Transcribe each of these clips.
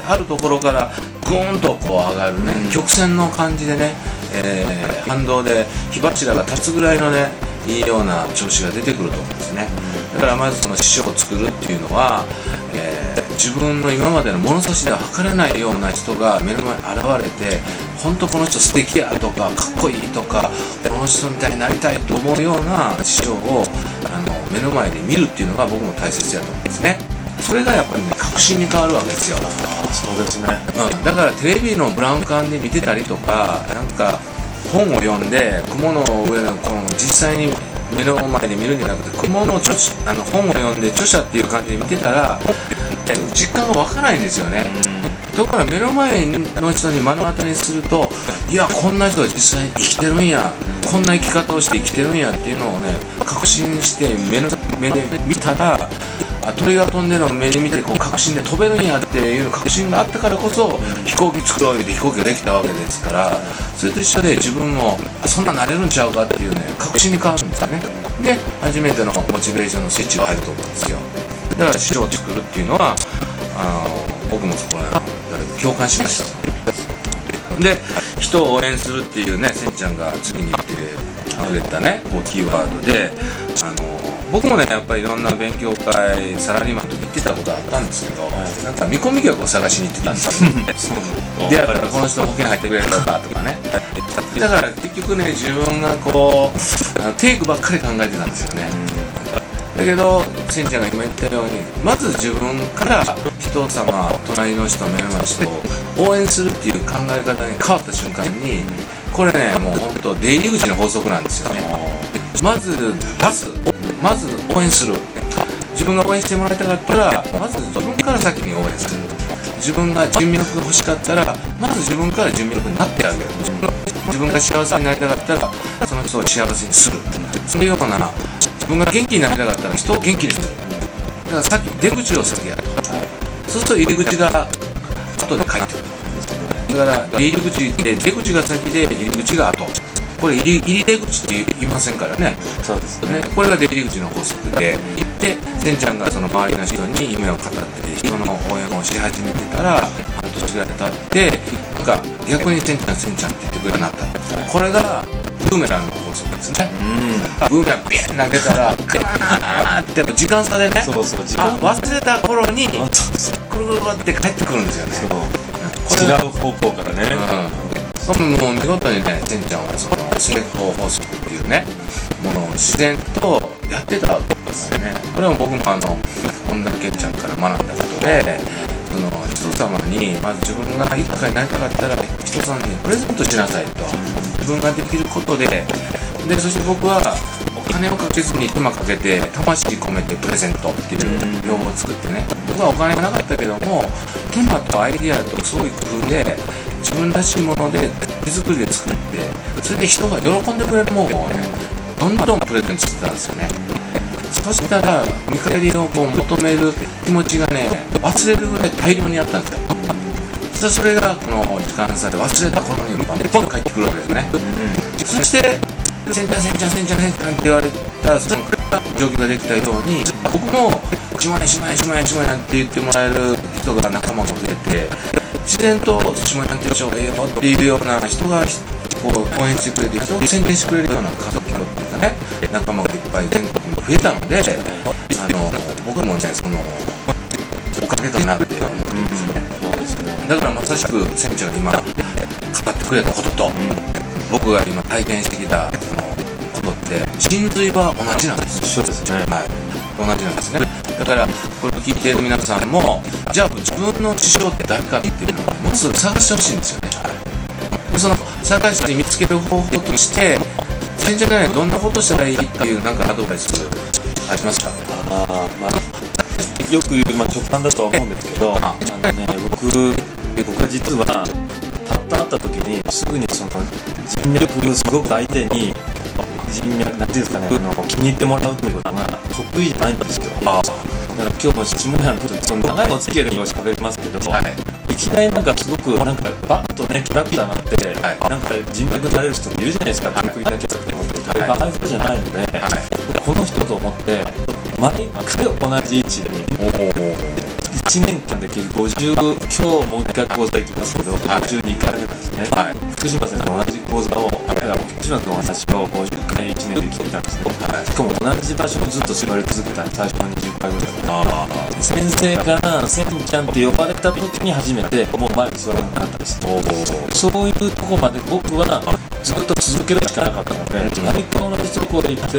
あるところからグーンとこう上がるね、曲線の感じでね、反動で火柱が立つぐらいのね、いいような調子が出てくると思うんですね。だからまずその師匠を作るっていうのは、自分の今までの物差しでは測れないような人が目の前に現れて、本当この人素敵やとかかっこいいとかこの人みたいになりたいと思うような師匠を目の前で見るっていうのが僕も大切だと思うんですね。それがやっぱりね、確信に変わるわけですよ。 そうですね、 だからテレビのブラウン管で見てたりとか、なんか本を読んで雲の上のこの実際に目の前で見るんじゃなくて、雲の本を読んで著者っていう感じで見てたら実感が湧かないんですよね。だから目の前の人に目の当たりにすると、いやこんな人が実際に生きてるんや、こんな生き方をして生きてるんやっていうのをね、確信して目で見たら、鳥が飛んでるのを目で見てこう確信で飛べるんやっていう確信があったからこそ飛行機作ろうって飛行機ができたわけですから、それと一緒で自分もそんななれるんちゃうかっていうね、確信に変わるんですよね。で初めてのモチベーションのスイッチが入ると思うんですよ。だから師匠を作るっていうのは僕もそこは共感しました。で人を応援するっていうね、せんちゃんが次に言ってくれたねこうキーワードで、僕もねやっぱりいろんな勉強会サラリーマンと行ってたことあったんですけど、なんか見込み客を探しに行ってたんですよでやったらこの人保険入ってくれるのかとかね。だから結局ね、自分がこうテイクばっかり考えてたんですよね。だけどせんちゃんが今言ったように、まず自分から人様、隣の人、目の前の人を応援するっていう考え方に変わった瞬間に、これねもう本当出入り口の法則なんですよね。まず出す、まず応援する。自分が応援してもらいたかったらまず自分から先に応援する。自分が人脈が欲しかったらまず自分から人脈になってあげる。自分が幸せになりたかったらその人を幸せにする。そういうような、自分が元気になりたかったら人を元気にする。だからさっき出口を先やる。そうすると入り口が後で返ってくる。だから入り口で出口が先で入り口が後。これ入り出口って言いませんからね。 そうですね。 これが出入り口の法則で、行ってせんちゃんがその周りの人に夢を語って人の応援をし始めてたら、半年ぐらい経ってなんか逆にせんちゃんって言ってくれるようになった。これがブーメランの法則ですね。ブーメランビーン投げたらガーって時間差でね、 そう時間忘れた頃にくるくるって帰ってくるんですよね。 違う方向からね。 もう見事にね、せんちゃんはその成功法則っていうねものを自然とやってたわけですよね。これも僕も本田健ちゃんから学んだことで、その人様にまず自分が豊かになりたかったら人様にプレゼントしなさいと。自分ができることで、そして僕はお金をかけずに手間かけて魂込めてプレゼントっていう用語を作ってね、僕はお金がなかったけども手間とアイディアと創意工夫で自分らしいもので手作りで作って、それで人が喜んでくれるものをねどんどんプレゼントしてたんですよね。そしたら見返りをこう求める気持ちがね忘れるぐらい大量にあったんですよ。それがこの時間差で忘れた頃にポンと帰ってくるわけですね。そしてせんちゃんって言われたその状況ができたように、僕も1万円って言ってもらえる人が仲間が増えて、自然と1万円って人がええよっていうような人がこう応援してくれて、人を宣伝してくれるような家族っていうかね、仲間がいっぱい全国に増えたので、僕もねそのおかげかなって思うんですね。だからまさしくせんちゃんが今語ってくれたことと、僕が今体験してきたそのことって真髄は同じなんです。 そうですね。 はい、同じなんですね。だからこれを聞いている皆さんも、じゃあ自分の師匠って誰かっていうのをもうすぐ探してほしいんですよね。その探して見つける方法としてせんちゃんがねどんなことしたらいいっていうなんかアドバイスありますか？ よく言う、直感だとは思うんですけど、僕は実は会った時にすぐにその人脈すごく相手になんていうんですかね、気に入ってもらうということが得意じゃないんですよ。だから今日も下屋のことでその長いお付き合いのように喋りますけど、いきなりなんかすごくなんかバッとねキラキラなって、なんか人脈になれる人っているじゃないですか。得意だけじゃなくてもああいう人じゃないので、この人と思って毎回同じ位置で 1年間で結局50、今日もう一回講座行きますけど、52回目なんですね。 はい。 福島先生と同じ講座を、福島君のお話を50回1年で聞いたんですね。しかも同じ場所にずっと座り続けた最初の20回ぐらい。先生からせんちゃんって呼ばれた時に初めてもう前に座らなくなったんです。そういうとこまで僕はずっと続けるしかなかったので、毎回同じところへ行って、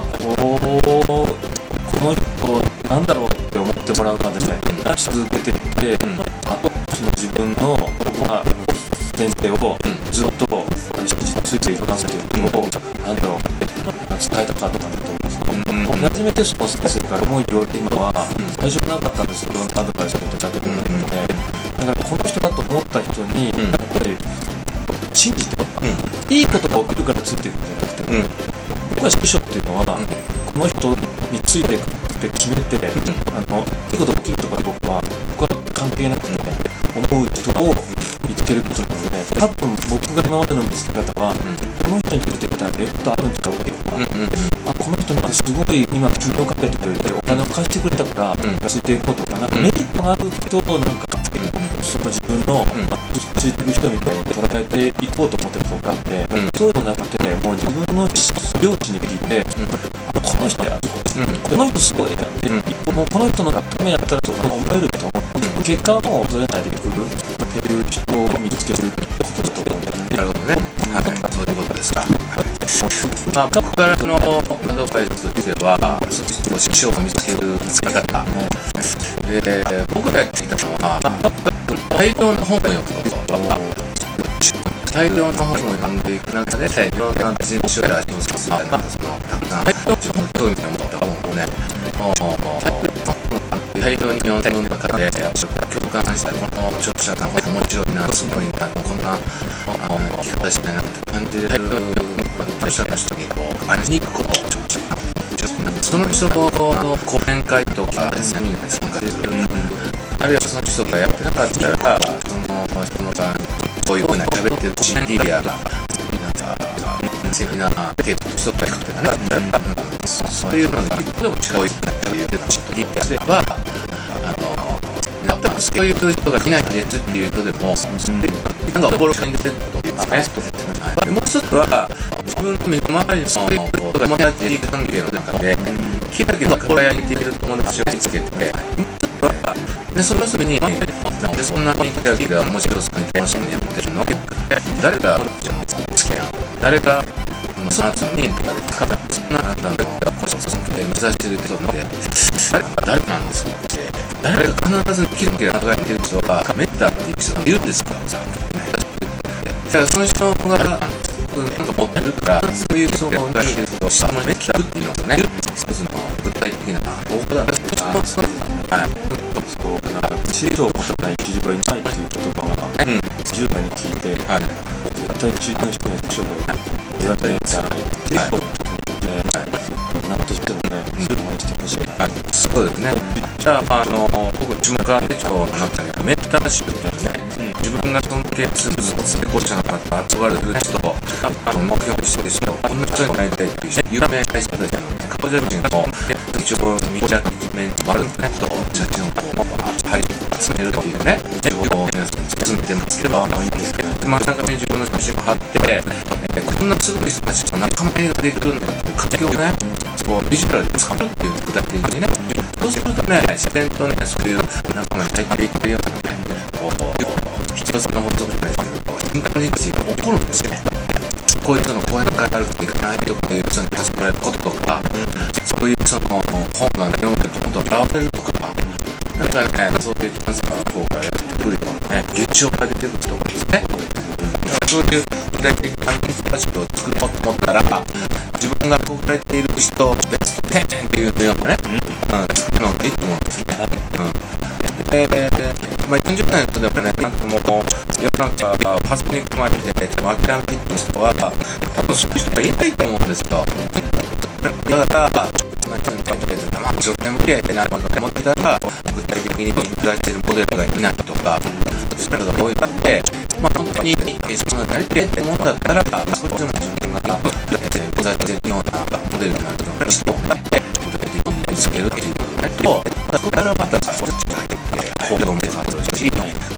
この人なんだろうって思ってもらうまでね、続けていって、あとその自分の先生をずっとついていかせているのをなんだろう伝えたかったんだと思うんですね。初めてその先生からもいろいろ今は最初なかったんですけど、アドバイスをいただけるので、だからこの人だと思った人にやっぱり信じて、いいことが起きるからついていくんじゃなくて、僕は師匠っていうのはこの人についていくって決めて、いいことが起きるとか僕は関係なくて、思う人を見つけることなので、多分僕が今までの見つけ方は、この人についていったらことあるんちゃうかとか、この人なんかすごい今給料かけてくれてお金を貸してくれたからついていこうとか、なんかメリットがある人をなんかその自分のついていく人みたいに捉えていこうと思ってるとこがあって、そういうのなくて、もう自分の領地に聞いて、この人やる、この人すごいやって、もうこの人のためやったらとか思えると結果はもう恐れないでくるっていう人を見つけることだと思うんだよね。 なるほどね。はい、そういうことですか。ここからのアドバイスとしては、師匠を見つける使い方。僕がやってきたのは、大量の本を読むこと。大量の本を読んでいく中で、いろんな人種や人物がたくさん大量の興味を持った本をね、大量に読んだ中で共感したこの著者が面白いな、すごいな、こんな生き方したいなって感じで著者の人に会いに行くこと、その人の講演会とかセミナーに参加する、あるいはその人がやってなかったらそのがこういうふうに喋ってるシナリアがセミナー系統の人がいるとかね、そういうのがでも違うっていうリアすればそういう人がいないですっていう人でもなんか驚かに出てることですね。もう一つは自分の身の回りにそういう人が盛り上げていく関係の中でキラキラ輝いている友達を見つけて、もう一つはでその人になんでそんなにキラキラ面白さに楽しみにやってるの？誰が好きなの？誰がその後にそんなあなたの目指してる人って誰なんですかって、誰が必ずキラキラ輝いてる人がメンターっていう人がいるんですか？だからその人がなんか持ってるから、そういう人がいると下のメンターっていうのがね、一つの具体的な方法だから知恵を持たない基準がいないという言葉は10代に聞いて、絶対に中間人の人が言われないっていうことになんとしてもね、そういうのにしてほしい。 そうですね。じゃあ、僕、自分が手帳の中にメンターシップってね、自分が尊敬する成功者の方、憧れる人、目標にしてる人、こんな人になりたいっていう人、有名な人たちの顔写真を一応見ちゃって面もあるんですね。写真を貼り詰めるっていうね、皆さん進めてますけど、いいんですけど、真ん中に自分の写真を貼って、こんなすごい人たちと仲間にできるんだっていう環境をね、ビジュアルで使うっていう具体的にね、そうするとね、自然とね、そういう仲間に入っていけるようなね、一つの法則ですけど、瞬間に起こるんですよ。こういう人の講演会あるといかないとかいう人に助けられることとか、そういうその本が読むことを現れるとか、なんかね、そういうチャンスが効果がやってくるようなね、現象が出てくると思うんですね。そういう具体的な人たちを作ろうと思ったら、自分が憧れている人、ベスト10っていうようなね、作るのがいいと思うんですね。40代の人でもね、なんかもう、世の中パソコンに組まれて、諦めていった人は、多分そういう人がいないと思うんですよ。だから、女性向けなもので持ってたら、具体的に存在しているモデルがいないとか、そういうのが多いので、本当にそのなりたいって思うんだったら、少しでも自分がご在宅のようなモデルになる人を具体的に見つけるっていうのを、そこからまた少し入って本も書いてるし、